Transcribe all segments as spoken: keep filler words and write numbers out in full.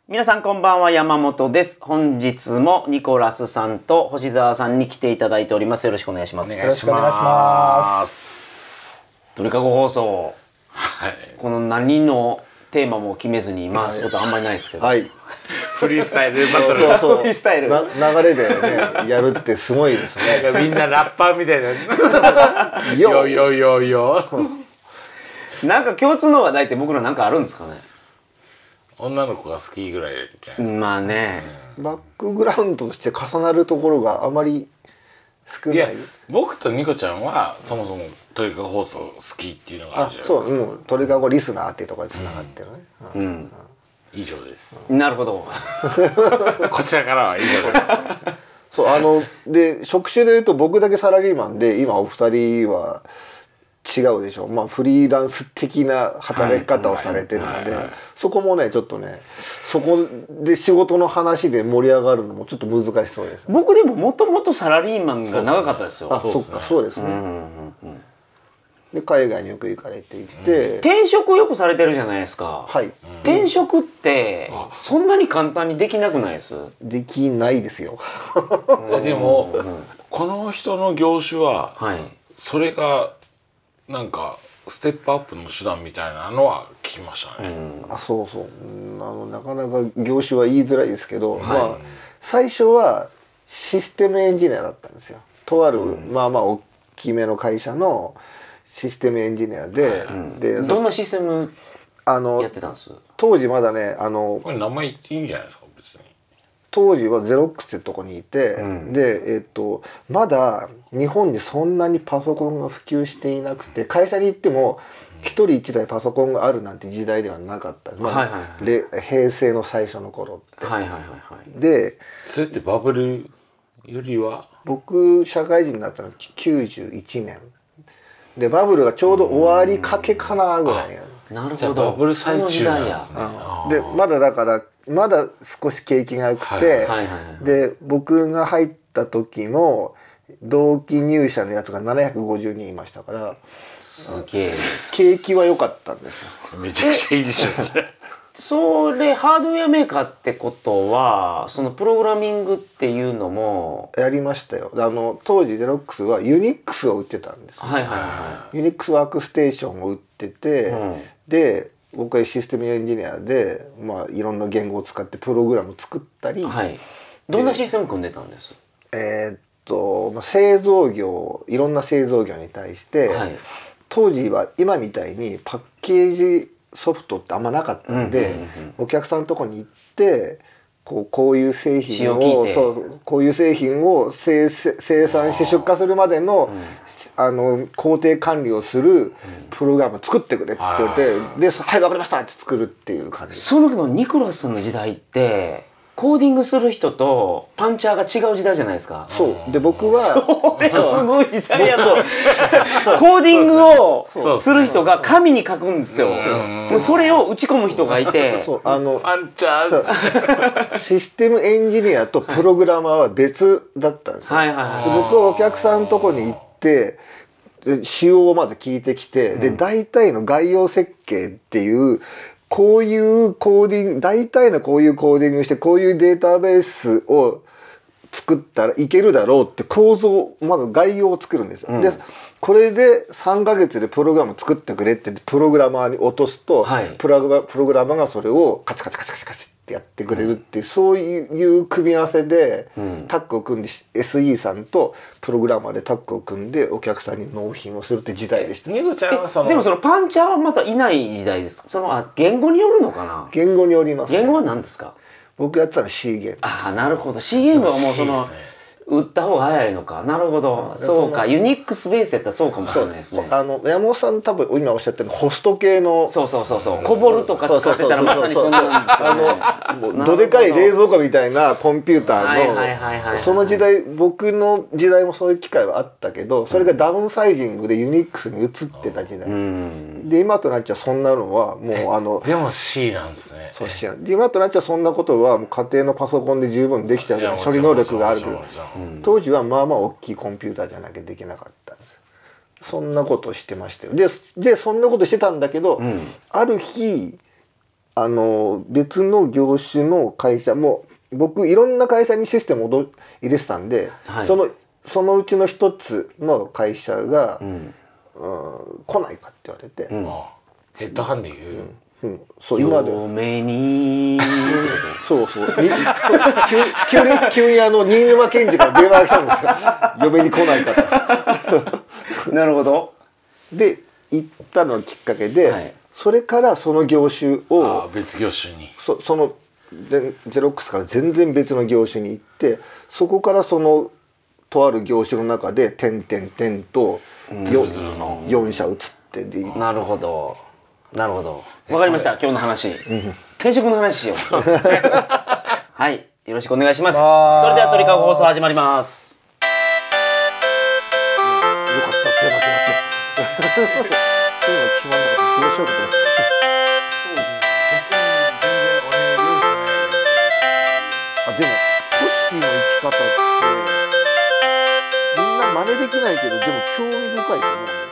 皆さんこんばんは、山本です。本日もニコラスさんと星沢さんに来ていただいております。よろしくお願いします。 お願いします。 鳥かご放送、 はい、 この何のテーマも決めずに回すことあんまりないですけど、 はい、 フリースタイルバトル、 そうそうそうフリースタイルな流れでねやるってすごいですね。 なんかみんなラッパーみたいなよよよよなんか共通の話題って僕らなんかあるんですかね。 女の子が好きぐらいじゃないですか。 まあね、 バックグラウンドとして重なるところがあまり少ない。 いや、僕とニコちゃんはそもそも鳥かご放送好きっていうのがああるじゃないですか。 そう、もう鳥かごリスナーっていうところでつながってるね、 うん、うん、 以上です。 なるほどこちらからは以上ですそうあので職種でいうと僕だけサラリーマンで、今お二人は違うでしょう。まあフリーランス的な働き方をされてるので、そこもねちょっとね、そこで仕事の話で盛り上がるのもちょっと難しそうです、ね、 僕でももともとサラリーマンが長かったですよ。 あ、そっか、そうですね。で海外によく行かれていて、うん、 転職よくされてるじゃないですか。 はい、 転職ってそんなに簡単にできなくないです？ できないですよでも、うん、この人の業種は、はい、それがなんかステップアップの手段みたいなのは聞きましたね、 うん、あ、そうそう、あのなかなか業種は言いづらいですけど、はい、まあ最初はシステムエンジニアだったんですよ。とある、うん、まあまあ大きめの会社のシステムエンジニアで、うん、でどんなシステムあのやってたんです？ 当時まだね、あのこれ名前言っていいんじゃないですか。別に当時はゼロックスってとこにいて、うん、で、えっと、まだ日本にそんなにパソコンが普及していなくて、会社に行っても一人一台パソコンがあるなんて時代ではなかった、まあはいはいはい、平成の最初の頃って、はいはいはいはい、でそれってバブルよりは僕社会人になったのはきゅうじゅういちねんで、バブルがちょうど終わりかけかなぐらい。 なるほど、 バブル最中なんですね。 でまだだからまだ少し景気が良くて、はいはいはいはい、で僕が入った時も同期入社のやつがななひゃくごじゅうにんいましたから、 すげえ景気は良かったんですよ。 めちゃくちゃいいでしょそれハードウェアメーカーってことは、そのプログラミングっていうのもやりましたよ。あの当時ゼロックスはユニックスを売ってたんです、ね、 はいはいはい、 ユニックスワークステーションを売ってて、うん、で僕はシステムエンジニアで、まあ、いろんな言語を使ってプログラム作ったり、 はい、どんなシステム組んでたんです？ えー、っと製造業、いろんな製造業に対して、はい、当時は今みたいにパッケージソフトってあんまなかったんで、うんうんうん、お客さんのとこに行ってこう、こういう製品をそうこういう製品を生産して出荷するまでの、うん、あの工程管理をするプログラムを作ってくれって言って、うん、で、はい分かりましたって作るっていう感じ。 その時のニコラスさんの時代ってコーディングする人とパンチャーが違う時代じゃないですか。 そうで、僕はそれすごい時代やとコーディングをする人が紙に書くんですよ。もうそれを打ち込む人がいて、 そうあのパンチャーシステムエンジニアとプログラマーは別だったんですよ。はいはいはい、で僕はお客さんのとこに行って仕様をまず聞いてきて、うん、で大体の概要設計っていうこういうコーディング、大体のこういうコーディングしてこういうデータベースを作ったらいけるだろうって構造、まず概要を作るんですよ、うん、でこれでさんかげつでプログラム作ってくれってプログラマーに落とすと、はい、プログラマーがそれをカチカチカチカチカチってやってくれるっていう、うん、そういう組み合わせでタッグを組んで エスイー さんとプログラマーでタッグを組んでお客さんに納品をするって時代でした。 ニコちゃんはそのでもそのパンチャーはまたいない時代ですか？そのあ言語によるのかな？ 言語によります、ね、 言語は何ですか？ 僕やってたの C 言語。 ああ、なるほど。C 言語はもうその売った方が早いのか。なるほど、うん、そうか。ユニックスベースやったらそうかもしれないですね。 あの山本さん多分今おっしゃってるホスト系のそうそうそうそう、コボルとか使ってたらまさにそんなんですよね。 あのどでかい冷蔵庫みたいなコンピューターのその時代、僕の時代もそういう機会はあったけど、それがダウンサイジングでユニックスに移ってた時代、うん、で今となっちゃそんなのはもうあのでも C なんですね。 そう C で今となっちゃそんなことはもう家庭のパソコンで十分できちゃうぐらい処理能力があるけど、当時はまあまあ大きいコンピューターじゃなきゃできなかったんです。そんなことしてましたよ。で、でそんなことしてたんだけど、うん、ある日あの別の業種の会社も僕いろんな会社にシステムを入れてたんで、はい、そのそのうちの一つの会社が、うんうん、来ないかって言われて、うん、 ヘッドハンディング、 うんうん、そう今で嫁にそうそう急急に急にあの新沼謙治から電話が来たんですよ嫁に来ないかとなるほどで行ったのがきっかけで、はい、それからその業種をあ別業種にそ, そのゼロックスから全然別の業種に行ってそこからそのとある業種の中で点々点と 4, よん社移ってでなるほどなるほどわかりました今日の話、うん、転職の話しようそうですねはいよろしくお願いします。それでは鳥かご放送始まります。 よかった手が決まって手が決まんなかったどうしようかとあでもコッシーの生き方ってみんな真似できないけどでも興味深いと思うね。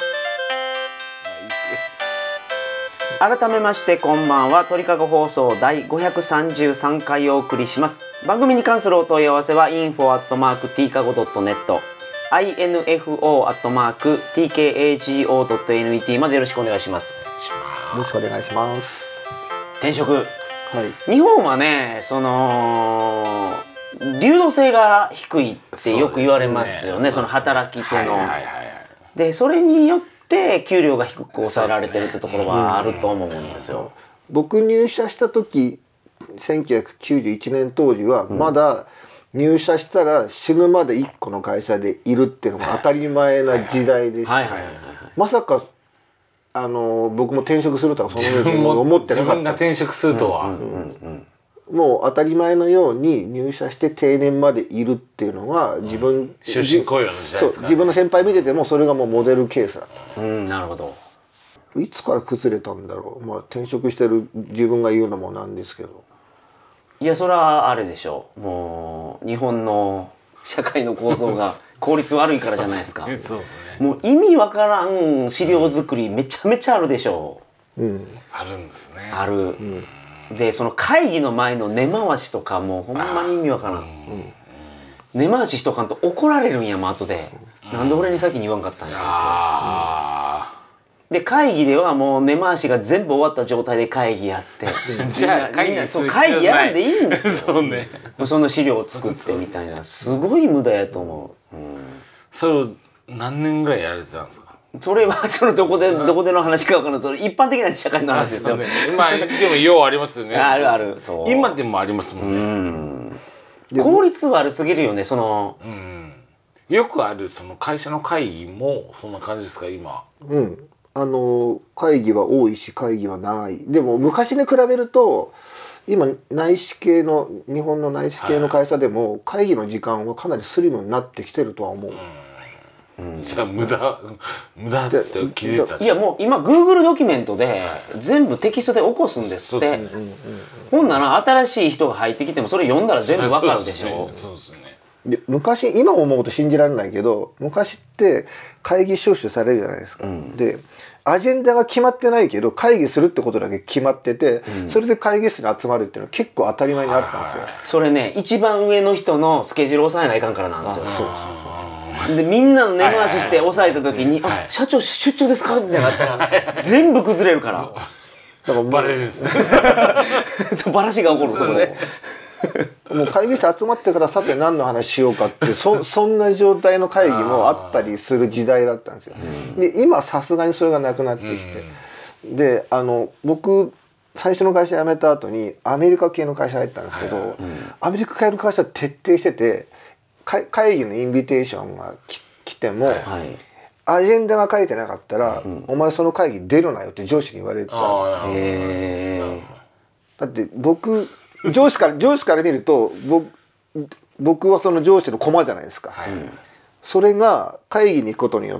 改めましてこんばんは。鳥かご放送第ごひゃくさんじゅうさんかいをお送りします。番組に関するお問い合わせは インフォ アットマーク ティーカゴ ドットネット インフォ アットマーク ティーケーエージーオー ドットネット までよろしくお願いします。 よろしくお願いします。 転職、はい、日本はねその流動性が低いってよく言われますよね。 そ, ねその働き手の、はいはいはいはい、でそれによってで給料が低く抑えられてるってところはあると思うんですよ。 僕入社した時せんきゅうひゃくきゅうじゅういちねん当時はまだ入社したら死ぬまでいっこの会社でいるっていうのが当たり前な時代でした。まさかあの僕も転職するとはそのように思ってなかった。 自分が転職するとは、うんうんうんもう当たり前のように入社して定年までいるっていうのが自分、うん、 終身雇用の時代ですからね。 そう自分の先輩見ててもそれがもうモデルケースだった。 うんなるほど。 いつから崩れたんだろう。まあ転職してる自分が言うのもなんですけど。 いやそれはあれでしょう。もう日本の社会の構造が効率悪いからじゃないですか。 そうですね。 もう意味わからん資料作りめちゃめちゃあるでしょう。うん。 あるんですね。 ある。うんでその会議の前の根回しとかもうほんまに意味わからん、うん、根回ししとかんと怒られるんやもん後で、うん、なんで俺に先に言わんかったんやって、うん、で会議ではもう根回しが全部終わった状態で会議やってじゃあ会議そう会議やらんでいいんですよそう、ね、 その資料を作ってみたいなすごい無駄やと思う、うん、 それを何年ぐらいやられてたんですか。 それはそのどこでどこでの話か分からない。それ一般的な社会の話ですよ。 ね、まあでもようありますよね。 あるある。そう。 今でもありますもんね。 うん効率悪すぎるよね。その、 うん、よくあるその会社の会議もそんな感じですか今。 うん。あの会議は多いし会議はない。でも昔に比べると今内資系の日本の内資系の会社でも会議の時間はかなりスリムになってきてるとは思う。うんうん、じゃあ無駄無駄って気づいた。 いやもう今 Google ドキュメントで全部テキストで起こすんですって、はい、ほんなら新しい人が入ってきてもそれ読んだら全部わかるでしょ。 そうですね。 で昔今思うと信じられないけど昔って会議招集されるじゃないですか、うん、でアジェンダが決まってないけど会議するってことだけ決まってて、うん、それで会議室に集まるっていうのは結構当たり前にあったんですよ、はいはい、 それね一番上の人のスケジュールを抑えないかんからなんですよ。そうそうでみんなの根回しして抑えた時に「あ社長出張ですか?」みたいなったら全部崩れるからだからバレるんですねそうバラシが起こるそこでもう会議室集まってからさて何の話しようかってそ, そんな状態の会議もあったりする時代だったんですよ。で今さすがにそれがなくなってきてであの僕最初の会社辞めた後にアメリカ系の会社入ったんですけどアメリカ系の会社は徹底してて会議のインビテーションが来ても、はい、アジェンダが書いてなかったら、うん、お前その会議出るなよって上司に言われてたんです。へだって僕上司から上司から見ると 僕, 僕はその上司の駒じゃないですか、はい、それが会議に行くことによって、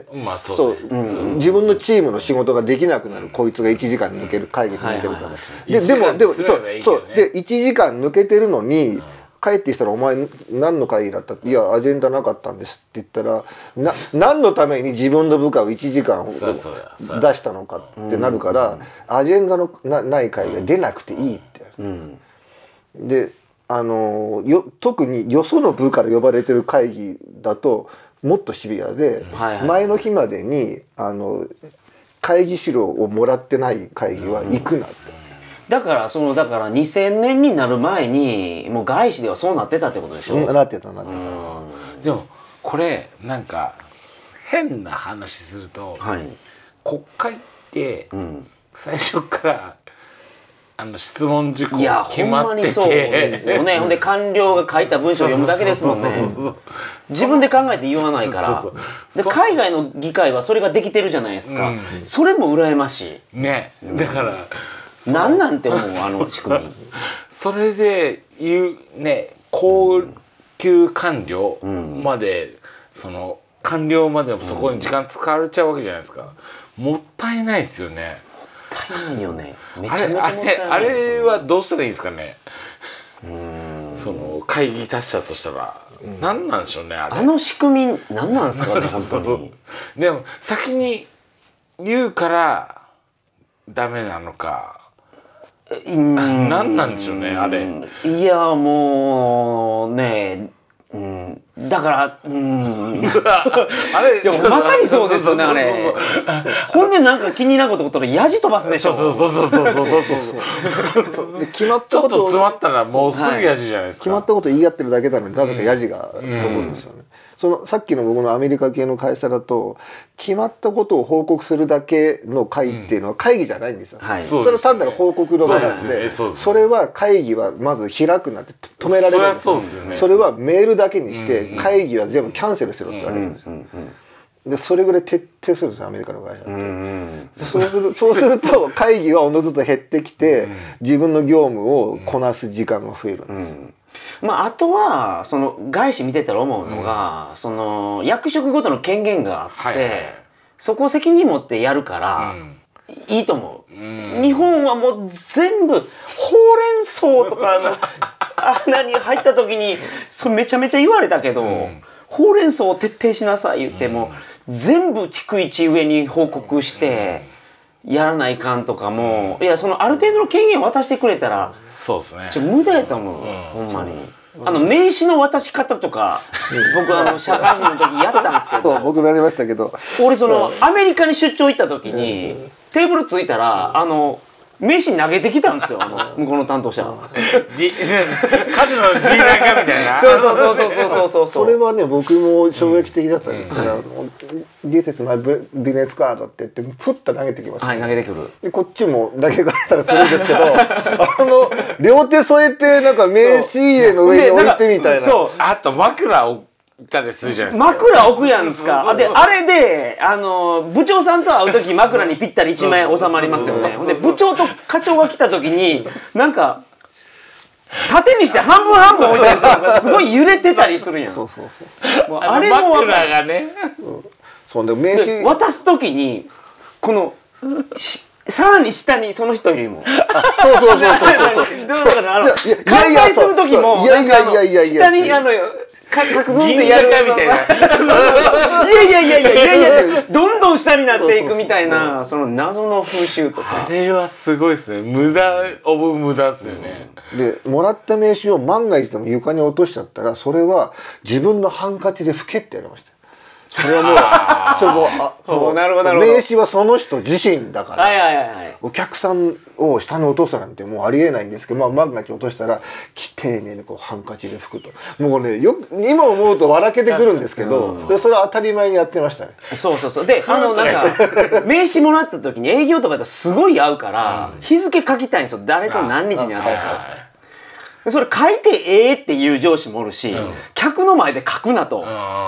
まあそうね、 そう、うん、自分のチームの仕事ができなくなる、うん、こいつがいちじかん抜ける会議に抜けるから、ででもでもそうそうでいちじかん抜けてるのに、うん帰ってきたら「お前何の会議だった?」って「いやアジェンダなかったんです」って言ったらな何のために自分の部下をいちじかん出したのかってなるからアジェンダのなない会議が出なくていいって。うん、であのよ特によその部から呼ばれてる会議だともっとシビアで、はいはい、前の日までにあの会議資料をもらってない会議は行くなって。 だからそのだからにせんねんになる前にもう外資ではそうなってたってことでしょ。 そうなってたなってた。でもこれなんか変な話すると、はい、国会って最初からあの質問事項決まってて、いやほんまにそうですよね。ほんで官僚が書いた文章を読むだけですもんね。自分で考えて言わないから。そうそうそうで海外の議会はそれができてるじゃないですか。うん、それも羨ましい。 ね、だから。 なんなんて思うあの仕組みそれでいうね高級官僚まで、うん、その官僚までもそこに時間使われちゃうわけじゃないですか。もったいないですよね。 もったいないよね。めちゃめちゃもったいない。あれ、あれはどうしたらいいんですかね。 うんその会議達者としたら、うん、何なんでしょうねあれ。 あの仕組み何なんですかね本当に。そうそうでも先に言うからダメなのか。何なんでしょうねあれ。 いやもうね、うん、だからうんあれまさにそうですよねあれ。ほんでなんか気になることことやじ飛ばすでしょ。 そうそうそうそうそうそうそう決まったことちょっと詰まったらもうすぐやじじゃないですか。 決まったこと言い合ってるだけなのになぜかやじが飛ぶんですよね。そのさっきの僕のアメリカ系の会社だと決まったことを報告するだけの会っていうのは会議じゃないんですよ。うんはい、それは単なる報告の場なんで、それは会議はまず開くなって止められるんですよ。それはメールだけにして会議は全部キャンセルしろって言われるんですよ。でそれぐらい徹底するんですよアメリカの会社って。そうするそうすると会議はおのずと減ってきて自分の業務をこなす時間が増えるんです。うんまあ、あとはその外資見てたら思うのが、うん、その役職ごとの権限があって、はいはい、そこを責任持ってやるから、うん、いいと思う、うん、日本はもう全部ほうれん草とかの穴に入った時にそれめちゃめちゃ言われたけど、うん、ほうれん草を徹底しなさい言っても、うん、全部逐一上に報告してやらないかんとかも、いやそのある程度の権限を渡してくれたらそうですね。 ちょ無駄やと思う、うん、ほんまに。あの名刺の渡し方とか、僕あの社会人の時やったんですけど、 僕もやりましたけど、 俺そのアメリカに出張行った時にテーブルついたらあの名刺投げてきたんですよあの向こうの担当者。 カジノのディーラーかみたいな。 そうそうそうそうそうそう。 それはね僕も衝撃的だったんですから、This is my business card って言ってふっと投げてきました。 はい投げてくる。 でこっちも投げ返したらするんですけど、あの両手添えてなんか名刺入れの上に置いてみたいな。 そう。あと枕をたりするじゃないですか。 枕置くやんすか。であれであの部長さんと会う時枕にぴったりいちまん円収まりますよね。で部長と課長が来た時になんか縦にして半分半分置いたりしてすごい揺れてたりするやん。そうそうそう。もうあれも枕がね。 そうで名刺渡す時にこのさらに下にその人よりも。 そうそうそうそうそう。 だからあの乾杯する時もなんか下にあのか角度でやるみたいな。いやいやいやいやいやいやどんどん下になっていくみたいなその謎の風習とか。 あれはすごいですね。無駄オブ無駄ですよね。 でもらった名刺を万が一でも床に落としちゃったらそれは自分のハンカチで拭けってやりました。それはもうそれもあそうなるほど名刺はその人自身だから、 はいはいはいはい、 お客さんを下に落とすなんてもうありえないんですけど、まあ、万が一落としたら丁寧にこうハンカチで拭くともうねよ今思うと笑けてくるんですけど、うん、それは当たり前にやってましたね。 そうそうそうであのなんか名刺もらった時に営業とかだとすごい合うから、うん、日付書きたいんですよ誰と何日に当たるか。それ書いてええっていう上司もおるし、うん、客の前で書くなと。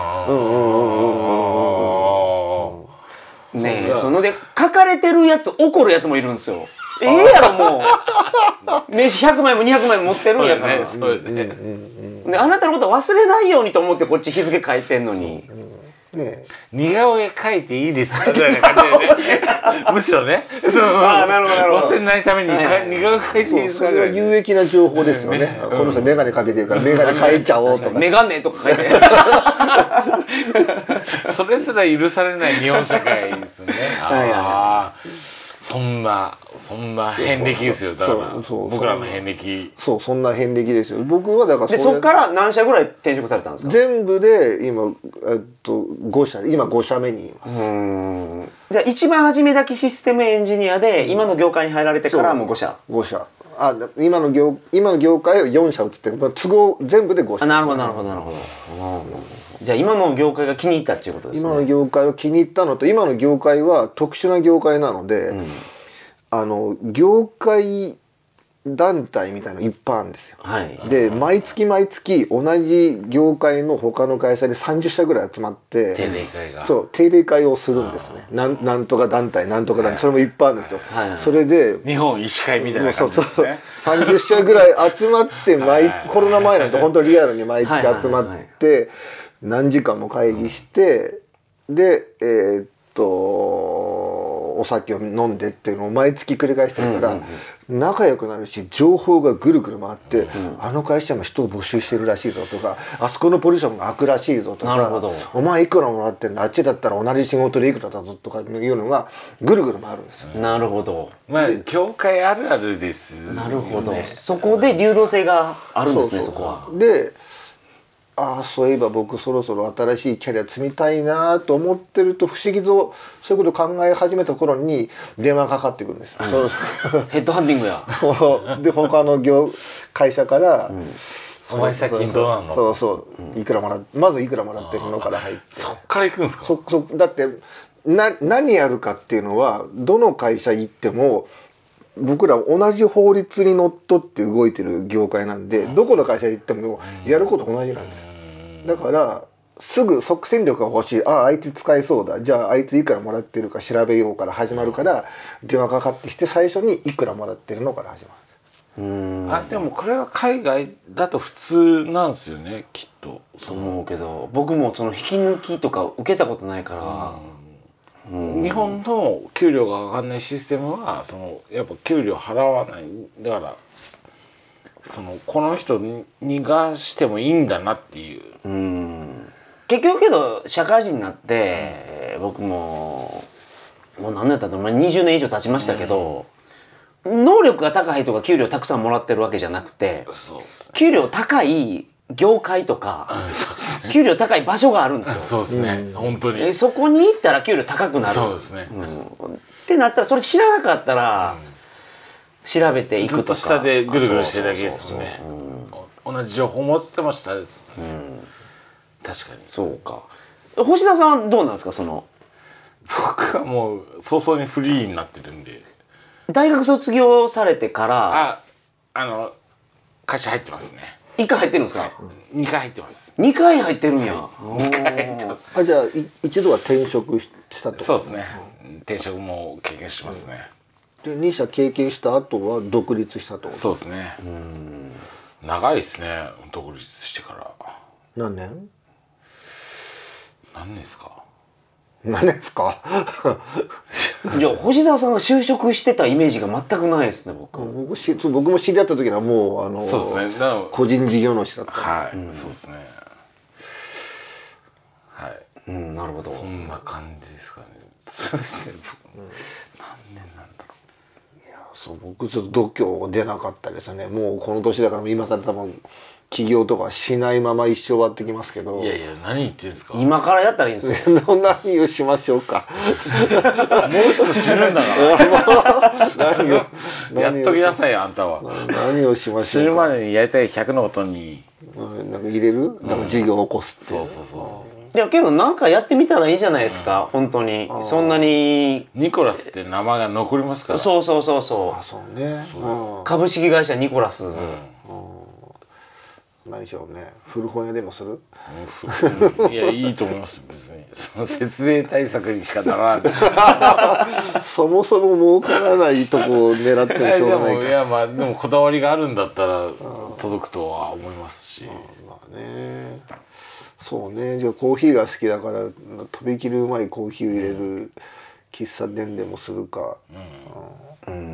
ねえそので書かれてるやつ怒るやつもいるんですよ。ええやろもう名刺ひゃくまいもにひゃくまいも持ってるんやから。であなたのこと忘れないようにと思ってこっち日付書いてんのに。 ね、 似顔絵描いていいですかみたいな感じでねむしろねあなるほどなるほど忘れないために似顔絵描いていいですかそれは有益な情報ですよね、ね、この人眼鏡かけてるから眼鏡変えちゃおうとか眼鏡とか書いてそれすら許されない日本社会ですよねああそんなそんな遍歴ですよだから僕らの遍歴そうそんな遍歴ですよ僕はだからでそっから何社ぐらい転職されたんですか全部で今えっとご社今ご社目にいますうんじゃあ一番初めだけシステムエンジニアで今の業界に入られてからもうご社ご社あ今の業今の業界をよん社移ってる都合全部でご社あなるほどなるほどなるほど、うんじゃあ今の業界が気に入ったっていうことですね今の業界を気に入ったのと今の業界は特殊な業界なので、うん、あの業界団体みたいなのいっぱいあるんですよ、はい、で毎月毎月同じ業界の他の会社でさんじゅっ社ぐらい集まって定例会がそう定例会をするんですねなん、なんとか団体なんとか団体、はい、それもいっぱいあるんですよ、はいはい、それで日本医師会みたいな感じですねさんじゅっ社ぐらい集まって毎コロナ前なんて本当にリアルに毎月集まって何時間も会議して、うん、でえー、っとお酒を飲んでっていうのを毎月繰り返してるから、うんうんうん、仲良くなるし情報がぐるぐる回って、うん、あの会社も人を募集してるらしいぞとかあそこのポジションが空くらしいぞとかお前いくらもらってんだあっちだったら同じ仕事でいくらだぞとかいうのがぐるぐる回るんですよ、 うん、なるほどまあ業界あるあるです、ね、 なるほどそこで流動性があるんですね そ, そこはでああそういえば僕そろそろ新しいキャリア積みたいなと思ってると不思議とそういうことを考え始めた頃に電話がかかってくるんです、うん、そうヘッドハンティングやで他の業会社から、うん、 お前最近どうなんのそうそういくらもらまずいくらもらってるのから入ってそっから行くんですかそそだってな何やるかっていうのはどの会社行っても僕ら同じ法律にのっとって動いてる業界なんでどこの会社行ってもやること同じなんですよだからすぐ即戦力が欲しいあああいつ使えそうだじゃああいついくらもらってるか調べようから始まるから電話かかってきて最初にいくらもらってるのから始まるうんあでもこれは海外だと普通なんですよねきっとと思うけど僕もその引き抜きとか受けたことないから日本の給料が上がらないシステムはそのやっぱ給料払わないだからそのこの人にがしてもいいんだなっていう。 うん結局けど社会人になって、うん、僕ももう何年だったのにじゅうねん以上経ちましたけど、うん、能力が高い人が給料たくさんもらってるわけじゃなくてそうです、ね、給料高い業界とか、うんそうですね、給料高い場所があるんですよ。 そうですね、うん、本当にそこに行ったら給料高くなる。 そうですね、 うん、ってなったらそれ知らなかったら、うん、調べていくとかずっと下でぐるぐるしてるだけですもんね。同じ情報持ってても下ですもんね、うん、確かにそうか。星田さんはどうなんですかその僕はもう早々にフリーになってるんで大学卒業されてからああの会社入ってますね。 いっかい入ってるんですか、はい、 にかい入ってます。 にかい入ってるんや、はい、にかい入ってます。 あじゃあ一度は転職したってこと。 そうですね、転職も経験しますね、 うん、でに社経験した後は独立したと。 そうですね。うん長いですね独立してから。 何年何年ですか何年ですかいや星沢さんが就職してたイメージが全くないですね。僕僕し僕も知り合った時はもうあのそうですね個人事業主だった。 はい、うん、そうですねはい、 うん、なるほど。 そんな感じですかね。そうですね、うん、何年なんだろう。いやそう僕ちょっと度胸出なかったですね。もうこの年だから今更多分起業とかしないまま一生終わってきますけど。 いやいや何言ってんですか。 今からやったらいいんですよ何をしましょうかもうすぐ死ぬんだから何をやっときなさいよあんたは。 何をしましょうか。 死ぬまでにやりたいひゃくのことになんか入れるなんか事業を起こすって、 うん、そうそうそうでもけどなんかやってみたらいいじゃないですか、うん、本当にそんなにニコラスって名前が残りますから。 そうそうそうそう。 あそうね、 うん、株式会社ニコラス、うん何しようね。古本屋でもする？ いやいいと思います別に。その節税対策にしかならない。 そもそも儲からないとこを狙ってもしょうがないから。 いやでもいやまあでもこだわりがあるんだったら届くとは思いますし、 まあね、そうね。じゃあコーヒーが好きだからとびきりうまいコーヒーを入れる喫茶店でもするか、うん、うん、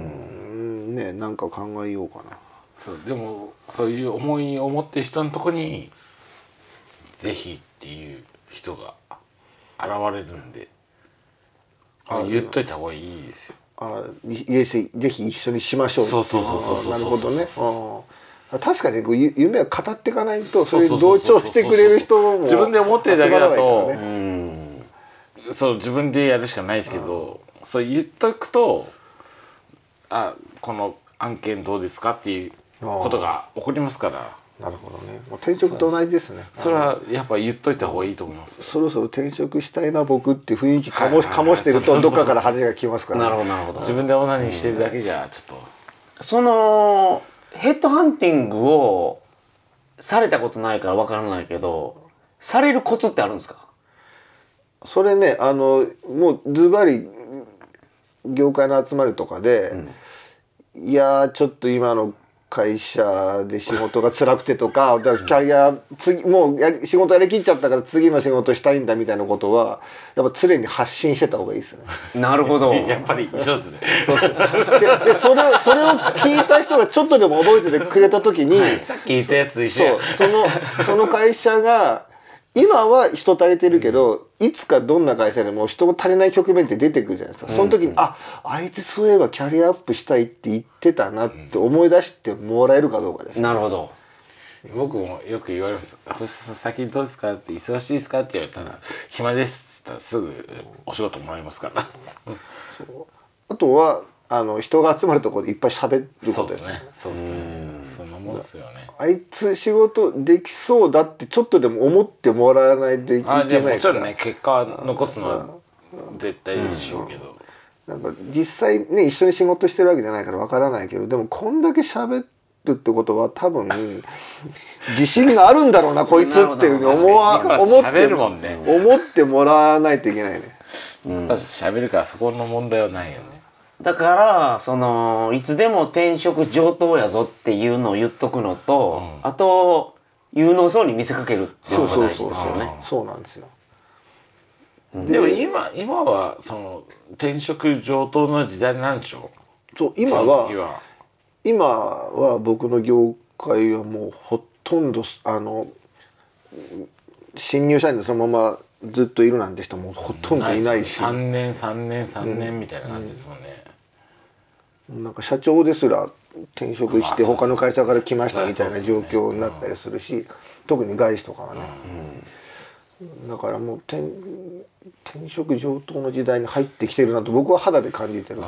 ね、なんか考えようかな。 そうでもそういう思いを持ってる人のとこにぜひっていう人が現れるんで、あ言っといた方がいいですよ。 あぜひぜひ一緒にしましょう。 そうそうそうそうそう。 なるほどね。あ確かにこう夢は語っていかないと、それに同調してくれる人も自分で思ってるだけだと、うんそう自分でやるしかないですけど、そう言っとくと、あこの案件どうですかっていうことが起こりますから。 なるほどね。もう転職と同じですね。 それはやっぱ言っといた方がいいと思います。 そろそろ転職したいな僕って雰囲気かも醸してるとどっかから恥がきますから。 なるほどなるほど。 自分でオナニーしてるだけじゃちょっと。そのヘッドハンティングをされたことないからわからないけど、されるコツってあるんですか？ それね、あのもうズバリ業界の集まりとかで、うん、いやちょっと今の会社で仕事が辛くてとか、だからキャリア次もうやり仕事やりきっちゃったから次の仕事したいんだみたいなことはやっぱ常に発信してた方がいいですよね。 なるほど。 やっぱり一緒ですね。 で, でそれをそれを聞いた人がちょっとでも覚えててくれた時に、はい、 さっき言ったやつ一緒や。 そうそのその会社が今は人足りてるけど、うん、いつかどんな会社でも人が足りない局面って出てくるじゃないですか。その時に、うん、ああいつそういえばキャリアアップしたいって言ってたなって思い出してもらえるかどうかです、ね、 なるほど。 僕もよく言われます。星さん先にどうですかって忙しいですかって言われたら、うん、暇ですって言ったらすぐお仕事もらいますからそうあとはあの人が集まるところでいっぱい喋ることですね。 そうですね。そんなもんですよね。 あいつ仕事できそうだってちょっとでも思ってもらわないといけないから。 もちろんね結果は残すのは絶対でしょうけど、 なんか実際ね一緒に仕事してるわけじゃないからわからないけど、でもこんだけ喋るってことは多分自信があるんだろうなこいつっていうふうに思わ思ってるもんね。思ってもらわないといけないね。 うん、喋るからそこの問題はないよね。 だからそのいつでも転職上等やぞっていうのを言っとくのと、うん、あと有能そうに見せかけるっていうのが大事ですよね。 そうなんですよ。 でも今今はその転職上等の時代なんでしょう。 そう今は今は僕の業界はもうほとんどあの新入社員でそのままずっといるなんて人もほとんどいないし、 さんねんさんねんさんねんみたいな感じですもんね。 うん、なんか社長ですら転職して他の会社から来ましたみたいな状況になったりするし、特に外資とかはね、うん、だからもう 転, 転職上等の時代に入ってきてるなと僕は肌で感じてる。うん、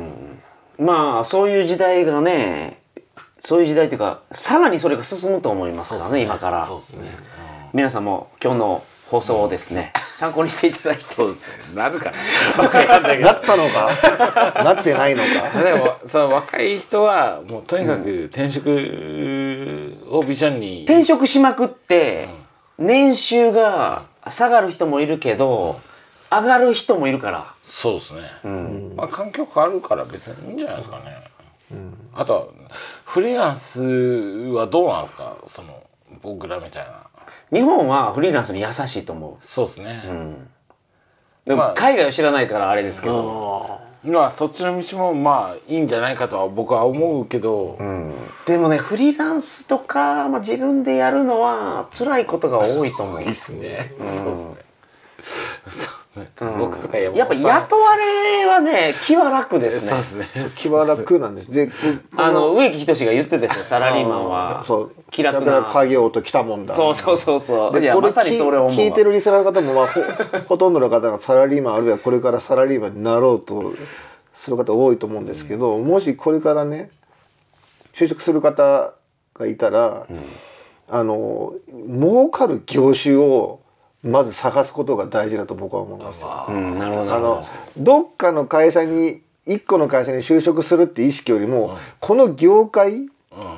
まあそういう時代がね、そういう時代というかさらにそれが進むと思いますから ね, ね今から。そうですね、うん、皆さんも今日の放送をですね、うん、参考にしていただいて。 そうですね。なるかな。分かんないけど。 なったのかなってないのか。 でもその若い人はもうとにかく転職をビジョンに、 転職しまくって、うん、年収が下がる人もいるけど、うん、上がる人もいるから。 そうですね。うん、まあ環境変わるから別にいいんじゃないですかね。うん、あとはフリーランスはどうなんですか。その僕らみたいな。 日本はフリーランスに優しいと思う。 そうですね、うん、 でも海外を知らないからあれですけど、 まあそっちの道もまあいいんじゃないかとは僕は思うけど、うん、 でもねフリーランスとか、まあ、自分でやるのは辛いことが多いと思う。 いいっすね、うん、そうですねうん、僕とかやっぱ雇われはね気は楽ですね。 そうですね。 気は楽なんです。で、 あの植木仁が言ってたでしょ。サラリーマンは気楽な家業と来たもんだ。 そうそうそうそう。 でこれまさにそれを聞いてるリスナーの方も、まあ、ほ, ほとんどの方がサラリーマンあるいはこれからサラリーマンになろうとする方多いと思うんですけど、うん、もしこれからね就職する方がいたら、うん、あの儲かる業種をまず探すことが大事だと僕は思いますよ。うん、なるほど。あのどっかの会社に一個の会社に就職するって意識よりも、うん、この業界、うん、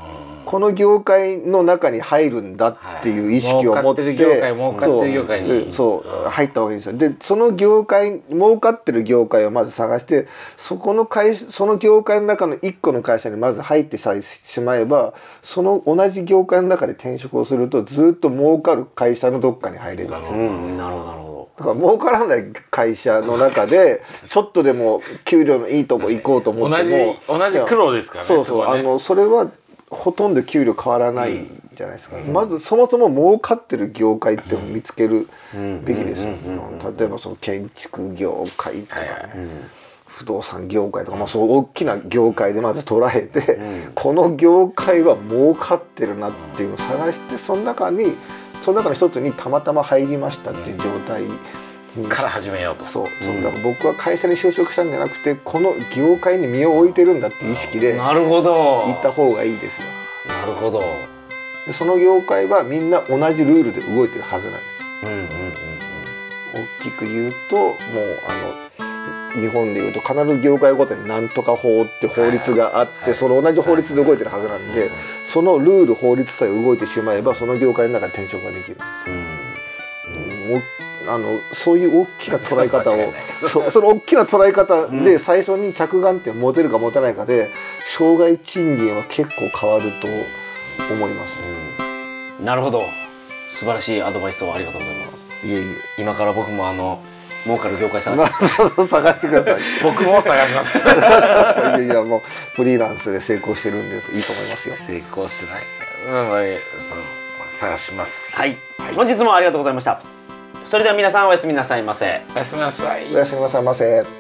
この業界の中に入るんだっていう意識を持って、はい、 儲かってる業界儲かってる業界にそう、そう入った方がいいんですよ。でその業界儲かってる業界をまず探して、そこの会その業界の中のいっこの会社にまず入ってさえしまえば、その同じ業界の中で転職をするとずっと儲かる会社のどっかに入れるんですよ。 うん、なるほどなるほど。 だから儲からない会社の中でちょっとでも給料のいいとこ行こうと思っても同じ同じ苦労ですからね。 そうそう、 そこはね、 あのそれはほとんど給料変わらないじゃないですか、うん、まずそもそも儲かってる業界っていうのを見つけるべきですよ。例えばその建築業界とかね、はいはい、不動産業界とか、まあ、そう大きな業界でまず捉えて、うん、この業界は儲かってるなっていうのを探して、その中にその中の一つにたまたま入りましたっていう状態から始めようと。 そう、そうだから僕は会社に就職したんじゃなくて、この業界に身を置いてるんだっていう意識でなるほど行った方がいいですよ。 なるほど。 でその業界はみんな同じルールで動いてるはずなんです。うんうんうんうん、大きく言うともうあの日本で言うと必ず業界ごとになんとか法って法律があって、はい、その同じ法律で動いてるはずなんで、はい、そのルール法律さえ動いてしまえばその業界の中で転職ができるんです。うん、うんあのそういう大きな捉え方を そ, その大きな捉え方で最初に着眼点を持てるか持たないかで生涯賃金は結構変わると思います、 うん、なるほど。素晴らしいアドバイスをありがとうございます。 いえいえ、 今から僕もあの儲かる業界探して探してください僕も探しますいやいやもうフリーランスで成功してるんでいいと思いますよ。 成功してない、うんまあ、探します。 はい、はい、本日もありがとうございました。それでは皆さんおやすみなさいませ。 おやすみなさい。 おやすみなさいませ。